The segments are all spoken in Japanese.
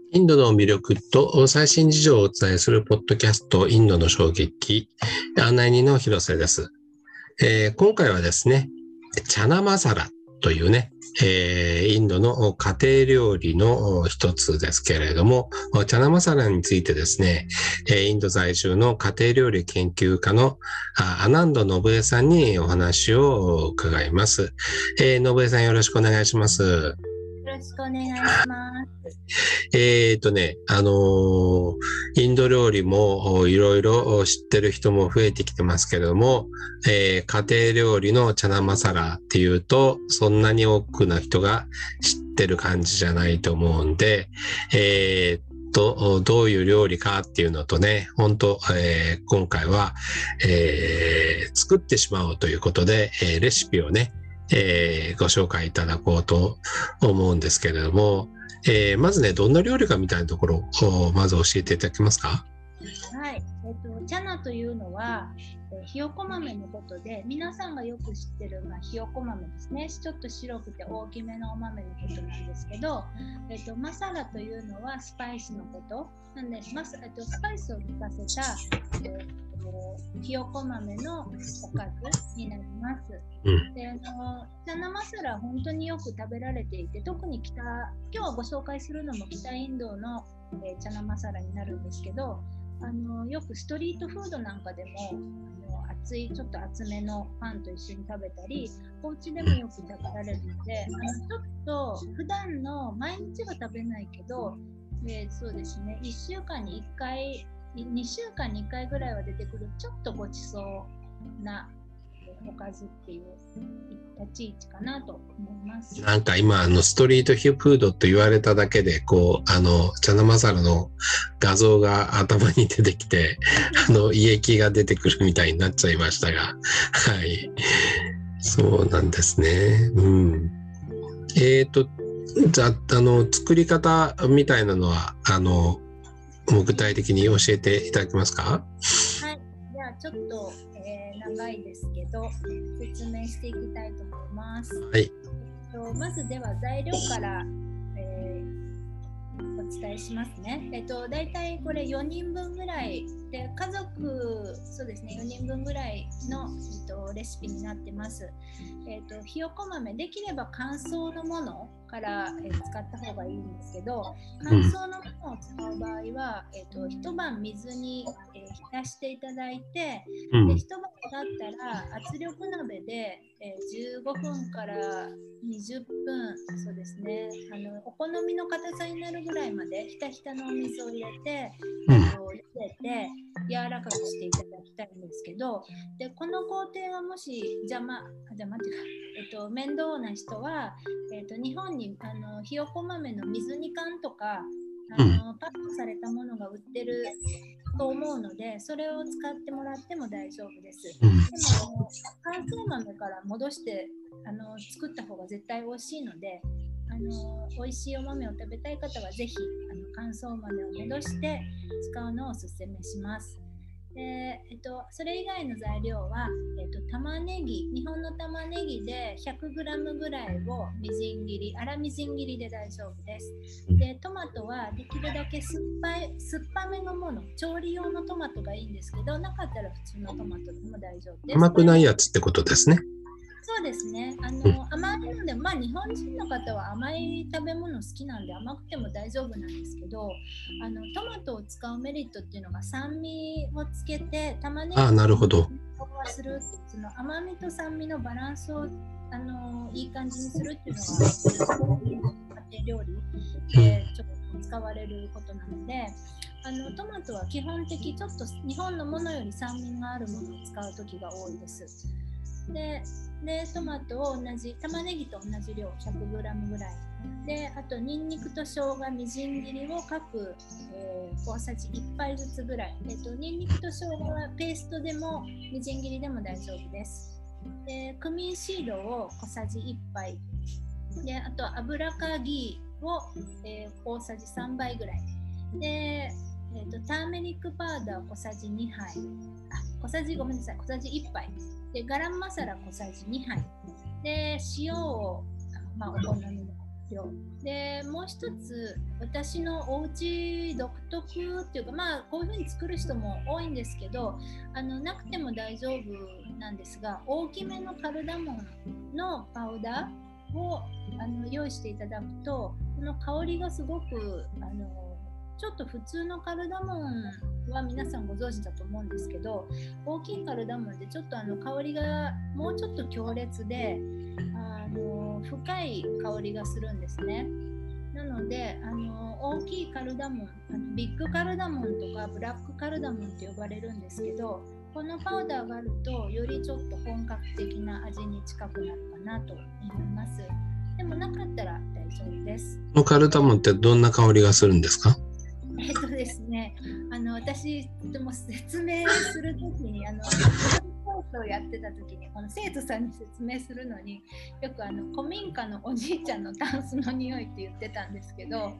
インドの魅力と最新事情をお伝えするポッドキャストインドの衝撃案内人の広瀬です。今回はですね、チャナマサラというね、インドの家庭料理の一つですけれども、チャナマサラについてですね、インド在住の家庭料理研究家のアナンド信江さんにお話を伺います。信江さんよろしくお願いします。 よろしくお願いします。 インド料理もいろいろ知ってる人も増えてきてますけれども、家庭料理のチャナマサラっていうと、そんなに多くの人が知ってる感じじゃないと思うんで、どういう料理かっていうのとね、本当、今回は、作ってしまおうということで、レシピをね、ご紹介いただこうと思うんですけれども、まずね、どんな料理かみたいなところをまず教えていただけますか？ はい、チャナというのは、ひよこ豆のことで、皆さんがよく知ってる、ひよこ豆ですね。ちょっと白くて大きめのお豆のことなんですけど、マサラというのはスパイスのことなんで、スパイスを効かせた、ひよこ豆のおかずになります。で、チャナマサラは本当によく食べられていて、特に今日はご紹介するのも北インドの、チャナマサラになるんですけど、よくストリートフードなんかでもちょっと厚めのパンと一緒に食べたり、お家でもよく食べられるので、ちょっと普段の毎日は食べないけど、そうですね、1週間に1回2週間に1回ぐらいは出てくるちょっとごちそうなおかずっていう立ち位置かなと思います。 なんか今ストリートフードと言われただけでチャナマサラの画像が頭に出てきて胃液が出てくるみたいになっちゃいましたがはい、そうなんですね。じゃあ作り方みたいなのはもう具体的に教えていただけますか？ はい、じゃあちょっと、長いですけど説明していきたいと思います。 はい。 まずでは材料から、お伝えしますね。だいたいこれ4人分ぐらいで、家族そうですね4人分ぐらいの、レシピになってます。ひよこ豆できれば乾燥のものから、使った方がいいんですけど、乾燥のものを使う場合は、一晩水に、浸していただいて、で一晩経ったら圧力鍋で、15分から20分そうですね、お好みの硬さになるぐらいまでひたひたのお水を入れて、茹でて柔らかくしていただきたいんですけど、でこの工程がもし邪魔っていうか、面倒な人は、日本にひよこ豆の水煮缶とかパックされたものが売ってると思うので、それを使ってもらっても大丈夫です。でも乾燥豆から戻して作った方が絶対美味しいので、美味しいお豆を食べたい方はぜひ乾燥豆を戻して使うのをおすすめします。でそれ以外の材料は、玉ねぎ、日本の玉ねぎで 100g ぐらいをみじん切り、粗みじん切りで大丈夫です。でトマトはできるだけ酸っぱめのもの、調理用のトマトがいいんですけど、なかったら普通のトマトでも大丈夫です。 甘くないやつってことですね。 そうですね、甘いので、日本人の方は甘い食べ物好きなんで甘くても大丈夫なんですけど、トマトを使うメリットっていうのが酸味をつけて玉ねぎをなるほどするって、その甘みと酸味のバランスをいい感じにするっていうのが家庭料理でちょっと使われることなので、トマトは基本的ちょっと日本のものより酸味があるものを使う時が多いです。でトマトを玉ねぎと同じ量 100g ぐらいで、あとニンニクと生姜みじん切りを各、大さじ1杯ずつぐらい、ニンニクと生姜はペーストでもみじん切りでも大丈夫です。でクミンシードを小さじ1杯で、あと油かギーを、大さじ3杯ぐらいで、ターメリックパウダー小さじ2杯小さじ1杯で、ガラムマサラ小さじ2杯で、塩を、お好みの量で、もう一つ私のお家独特っていうか、まあこういう風に作る人も多いんですけど、なくても大丈夫なんですが、大きめのカルダモンのパウダーを用意していただくと、この香りがすごくちょっと普通のカルダモンは皆さんご存知だと思うんですけど、大きいカルダモンでちょっと香りがもうちょっと強烈で深い香りがするんですね。なので大きいカルダモン、ビッグカルダモンとかブラックカルダモンって呼ばれるんですけど、このパウダーがあるとよりちょっと本格的な味に近くなるかなと思います。でもなかったら大丈夫です。 このカルダモンってどんな香りがするんですか？ ですね、私とても説明するときにをやってた時にこの生徒さんに説明するのによく古民家のおじいちゃんのタンスの匂いって言ってたんですけど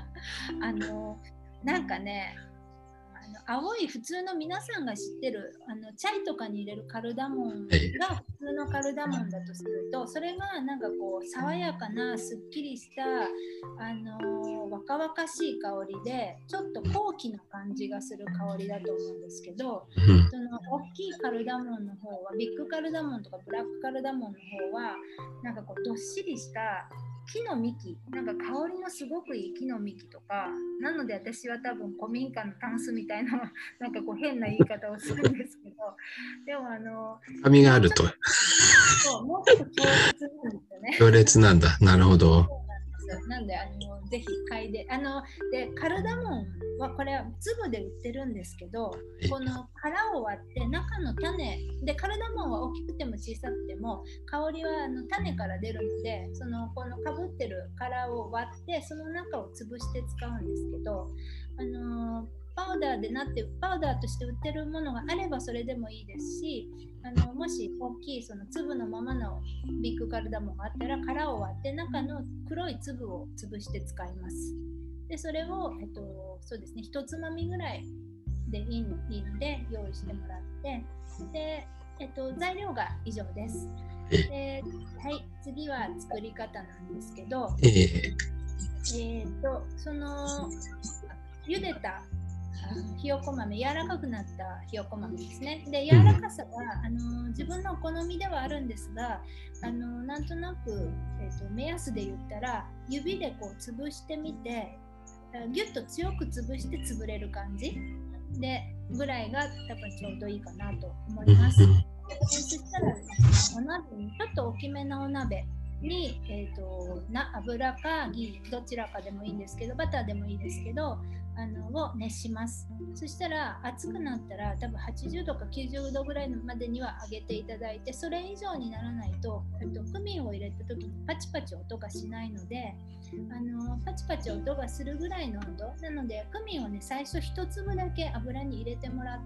なんかね、青い普通の皆さんが知ってるチャイとかに入れるカルダモンが普通のカルダモンだとすると、それがなんかこう爽やかなすっきりした若々しい香りでちょっと高貴な感じがする香りだと思うんですけど、その大きいカルダモンの方はビッグカルダモンとかブラックカルダモンの方はなんかこうどっしりした木の幹、なんか香りのすごくいい木の幹とか、なので私は多分古民家のタンスみたいななんかこう変な言い方をするんですけど、でも深みがあると。 もうちょっと強烈なんですよね。 強烈なんだ。なるほど。 なんでぜひ嗅いででカルダモンはこれは粒で売ってるんですけど、この殻を割って中の種で、カルダモンは大きくても小さくても香りは種から出るので、このかぶってる殻を割ってその中を潰して使うんですけど、パウダーとして売ってるものがあればそれでもいいですし、もし大きいその粒のままのビッグカルダモンがあったら殻を割って中の黒い粒を潰して使います。でそれを、そうですね、1つまみぐらいでいいので用意してもらって、で、材料が以上です。ではい、次は作り方なんですけど、その茹でたひよこ豆、柔らかくなったひよこ豆ですね。で柔らかさは自分のお好みではあるんですが、なんとなく、目安で言ったら指でこう潰してみて、ギュッと強く潰して潰れる感じでぐらいが多分ちょうどいいかなと思います。そしたらお鍋にちょっと大きめのお鍋に、油かギーどちらかでもいいんですけど、バターでもいいですけどを熱します。そしたら熱くなったら多分80度か90度ぐらいまでには上げていただいて、それ以上にならないとクミンを入れた時にパチパチ音がしないので、パチパチ音がするぐらいの温度なので、クミンをね最初1粒だけ油に入れてもらって、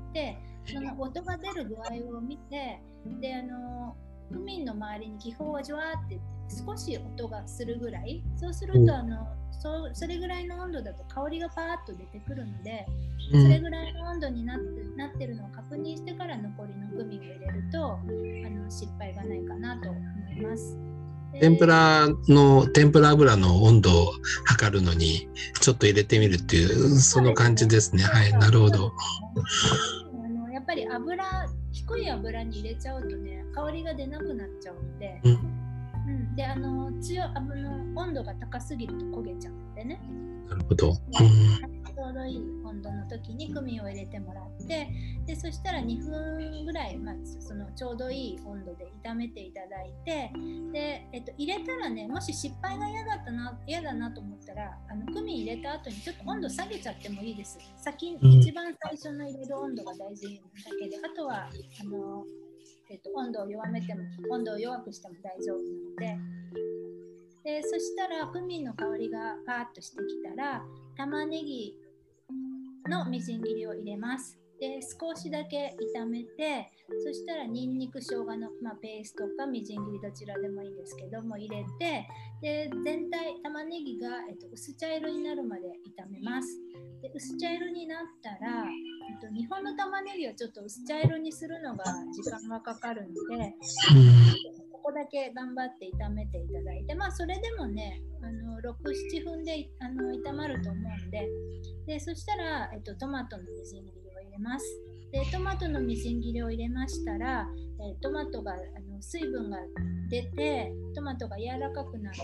その音が出る具合を見て、でクミンの周りに気泡がじわーって少し音がするぐらい、そうするとそれぐらいの温度だと香りがパーッと出てくるので、それぐらいの温度になってるのを確認してから残りのクミンを入れると失敗がないかなと思います。 天ぷら油の温度を測るのにちょっと入れてみるっていうその感じですね。はい、なるほど。 やっぱり低い油に入れちゃうとね、香りが出なくなっちゃうので、で温度が高すぎると焦げちゃうのでね。 なるほど。 ちょうどいい温度の時にクミンを入れてもらって、でそしたら2分ぐらい、そのちょうどいい温度で炒めていただいて、で、入れたらね、もし失敗が嫌だなと思ったらクミン入れた後にちょっと温度下げちゃってもいいです。一番最初の入れる温度が大事なだけで、あとは温度を弱くしても大丈夫なので、そしたらクミンの香りがパーッとしてきたら玉ねぎのみじん切りを入れます。 で少しだけ炒めて、そしたらニンニク生姜の、ペーストかみじん切りどちらでもいいんですけども入れて、で全体玉ねぎが、薄茶色になるまで炒めます。で薄茶色になったら、日本の玉ねぎをちょっと薄茶色にするのが時間がかかるので、ここだけ頑張って炒めていただいて、それでもね6、7分で炒まると思うんで、そしたら、トマトのみじん切りを入れます。でトマトのみじん切りを入れましたら、トマトが水分が出てトマトが柔らかくなって、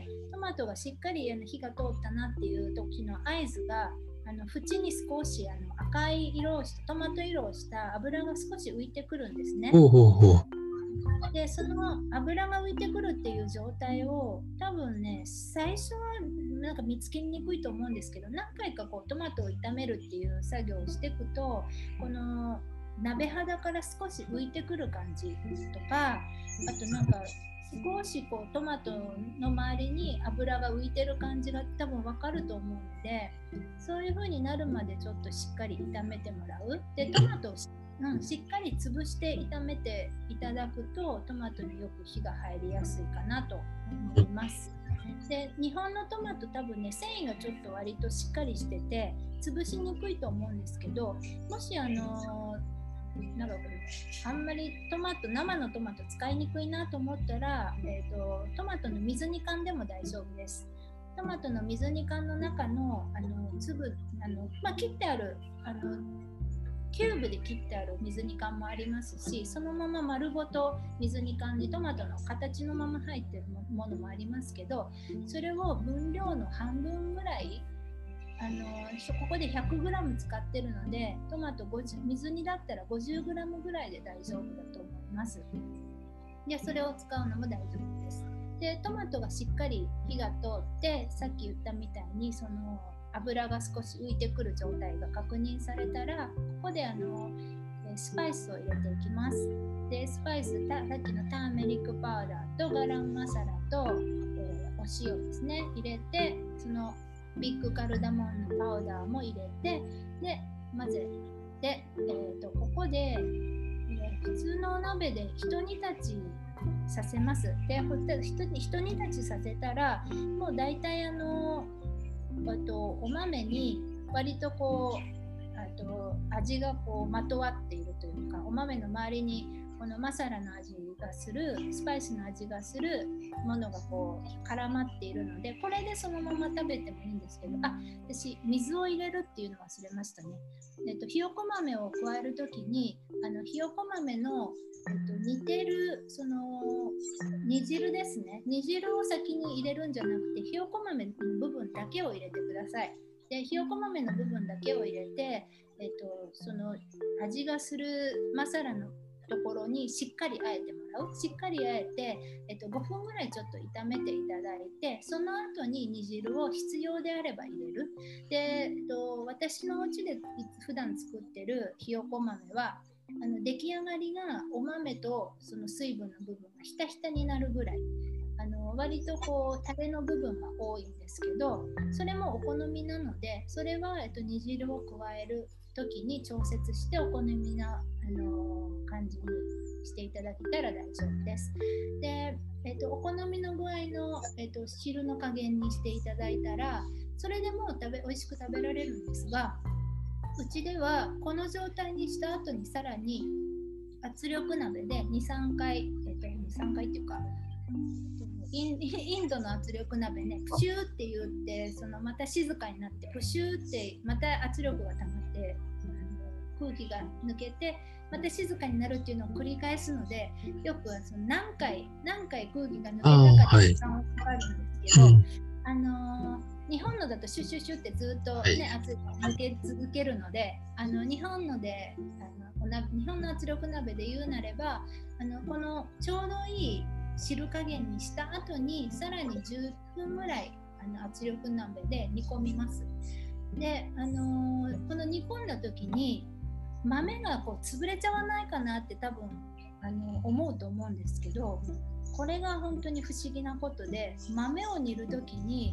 トマトがしっかり火が通ったなっていう時の合図が、縁に少し赤い色をしたトマト色をした油が少し浮いてくるんですね。でその油が浮いてくるっていう状態を多分ね、最初はなんか見つけにくいと思うんですけど、何回かこうトマトを炒めるっていう作業をしていくと、この鍋肌から少し浮いてくる感じとか、あとなんか少しこうトマトの周りに油が浮いてる感じが多分わかると思うので、そういう風になるまでちょっとしっかり炒めてもらう。でトマトをしっかり潰して炒めていただくと、トマトによく火が入りやすいかなと思います。で日本のトマト多分ね、繊維がちょっと割としっかりしてて潰しにくいと思うんですけど、もしなんかこれあんまり生のトマト使いにくいなと思ったら、トマトの水煮缶でも大丈夫です。トマトの水煮缶の中の粒切ってあるキューブで切ってある水煮缶もありますし、そのまま丸ごと水煮缶にトマトの形のまま入ってるものもありますけど、それを分量の半分ぐらいここで 100g 使ってるので、トマト水煮だったら 50g ぐらいで大丈夫だと思います。でそれを使うのも大丈夫です。でトマトがしっかり火が通って、さっき言ったみたいにその油が少し浮いてくる状態が確認されたら、ここでスパイスを入れていきます。でスパイス、さっきのターメリックパウダーとガラムマサラと、お塩ですね入れて、そのビッグカルダモンのパウダーも入れて、で混ぜて、ここで、普通のお鍋でひと煮立ちさせます。でひと煮立ちさせたら、もうだいたいお豆に割とこう味がこうまとわっているというか、お豆の周りにこのマサラの味がする、スパイスの味がするものがこう絡まっているので、これでそのまま食べてもいいんですけど、私水を入れるっていうの忘れましたね。ひよこ豆を加えるときにひよこ豆の煮てるその煮汁ですね、煮汁を先に入れるんじゃなくて、ひよこ豆の部分だけを入れてください。でひよこ豆の部分だけを入れて、その味がするマサラのところにしっかりあえてもらう。しっかりあえて、5分ぐらいちょっと炒めていただいて、その後に煮汁を必要であれば入れる。で、私のお家で普段作ってるひよこ豆は出来上がりがお豆とその水分の部分がひたひたになるぐらい、割とこうタレの部分が多いんですけど、それもお好みなので、それは、煮汁を加える時に調節してお好みな、感じにしていただけたら大丈夫です。で、お好みの具合の、汁の加減にしていただいたら、それでもう美味しく食べられるんですが、うちではこの状態にした後にさらに圧力鍋で 2,3 回、2,3回っていうか、インドの圧力鍋ね、プシューって言って、また静かになってプシューってまた圧力が溜まって空気が抜けてまた静かになるっていうのを繰り返すので、よく何回空気が抜けたかって時間がかかるんですけど、日本のだとシュッシュッシュッってずっと、ね、圧力が抜け続けるので、日本の圧力鍋で言うなれば、このちょうどいい汁加減にした後にさらに10分ぐらい圧力鍋で煮込みます。で、この煮込んだ時に豆がこう潰れちゃわないかなって多分思うと思うんですけど、これが本当に不思議なことで、豆を煮る時に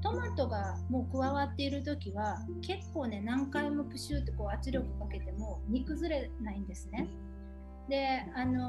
トマトがもう加わっている時は結構ね、何回もプシューってこう圧力かけても煮崩れないんですね。で、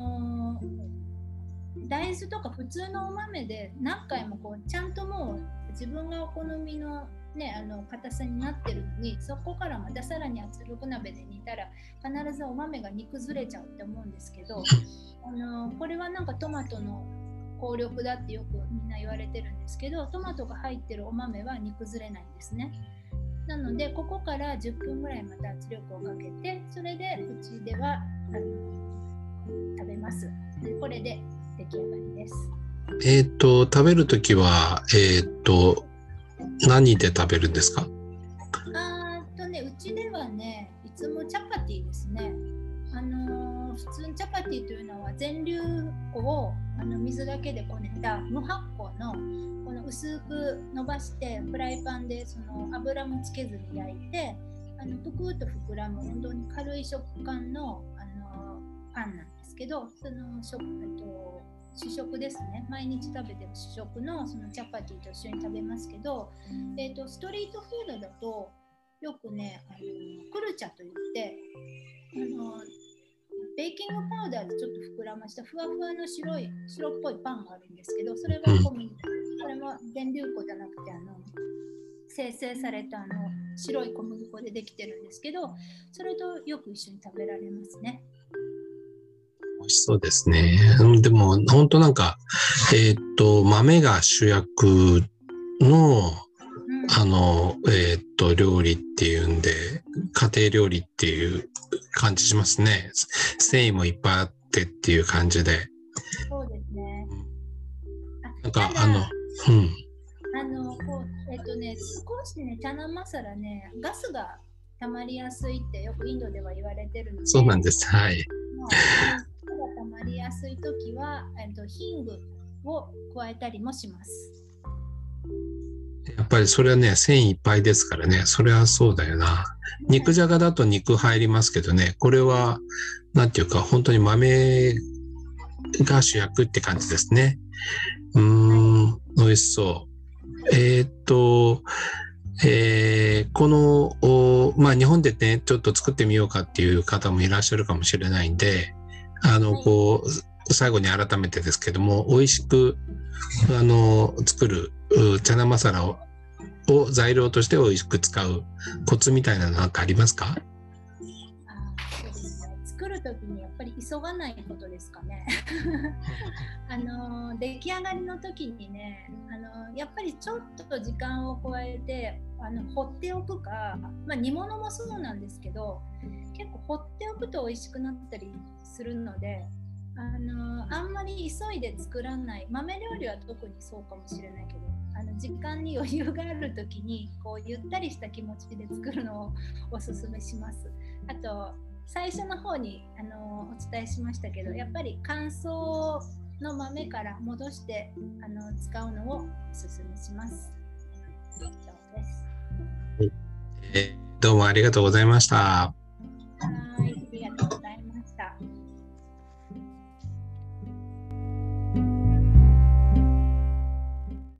大豆とか普通のお豆で何回もこうちゃんともう自分がお好みのね、硬さになってるのに、そこからまたさらに圧力鍋で煮たら必ずお豆が煮崩れちゃうって思うんですけど、これはなんかトマトの効力だってよくみんな言われてるんですけど、トマトが入ってるお豆は煮崩れないんですね。なのでここから10分ぐらいまた圧力をかけて、それでうちでは食べます。でこれで出来上がりです。 食べるときは何で食べるんですか？ うちではね、いつもチャパティですね。普通のチャパティというのは全粒粉を水だけでこねた無発酵のこの薄く伸ばしてフライパンでその油もつけずに焼いてぷくっと膨らむ本当に軽い食感のパンなんですけど、その主食ですね。毎日食べてる主食のそのチャパティと一緒に食べますけど、ストリートフードだとよくねクルチャといってベーキングパウダーでちょっと膨らましたふわふわの白っぽいパンがあるんですけど、それは小麦、これも全粒粉じゃなくて精製された白い小麦粉でできてるんですけど、それとよく一緒に食べられますね。 美味しそうですね。でも本当なんか豆が主役の料理っていうんで、家庭料理っていう感じしますね。繊維もいっぱいあってっていう感じで。 そうですね。 なんか少しね、チャナマサラね、ガスが溜まりやすいってよくインドでは言われてるので。 そうなんです。はい。 ガスが溜まりやすいときは、ヒングを加えたりもします。 やっぱりそれはね、繊維いっぱいですからね。それはそうだよな。肉じゃがだと肉入りますけどね。これは、なんていうか、本当に豆が主役って感じですね。美味しそう。この、日本でね、ちょっと作ってみようかっていう方もいらっしゃるかもしれないんで、最後に改めてですけども、美味しく、作るチャナマサラを材料として美味しく使うコツみたいなのなんかありますか？ そうですね。作るときにやっぱり急がないことですかね。出来上がりの時にね、やっぱりちょっと時間を加えて放っておくか、煮物もそうなんですけど、結構放っておくと美味しくなったりするので、あんまり急いで作らない、豆料理は特にそうかもしれないけど、時間に余裕がある時にこうゆったりした気持ちで作るのをおすすめします。あと最初の方にお伝えしましたけど、やっぱり乾燥の豆から戻して使うのをおすすめします。以上です。 どうもありがとうございました。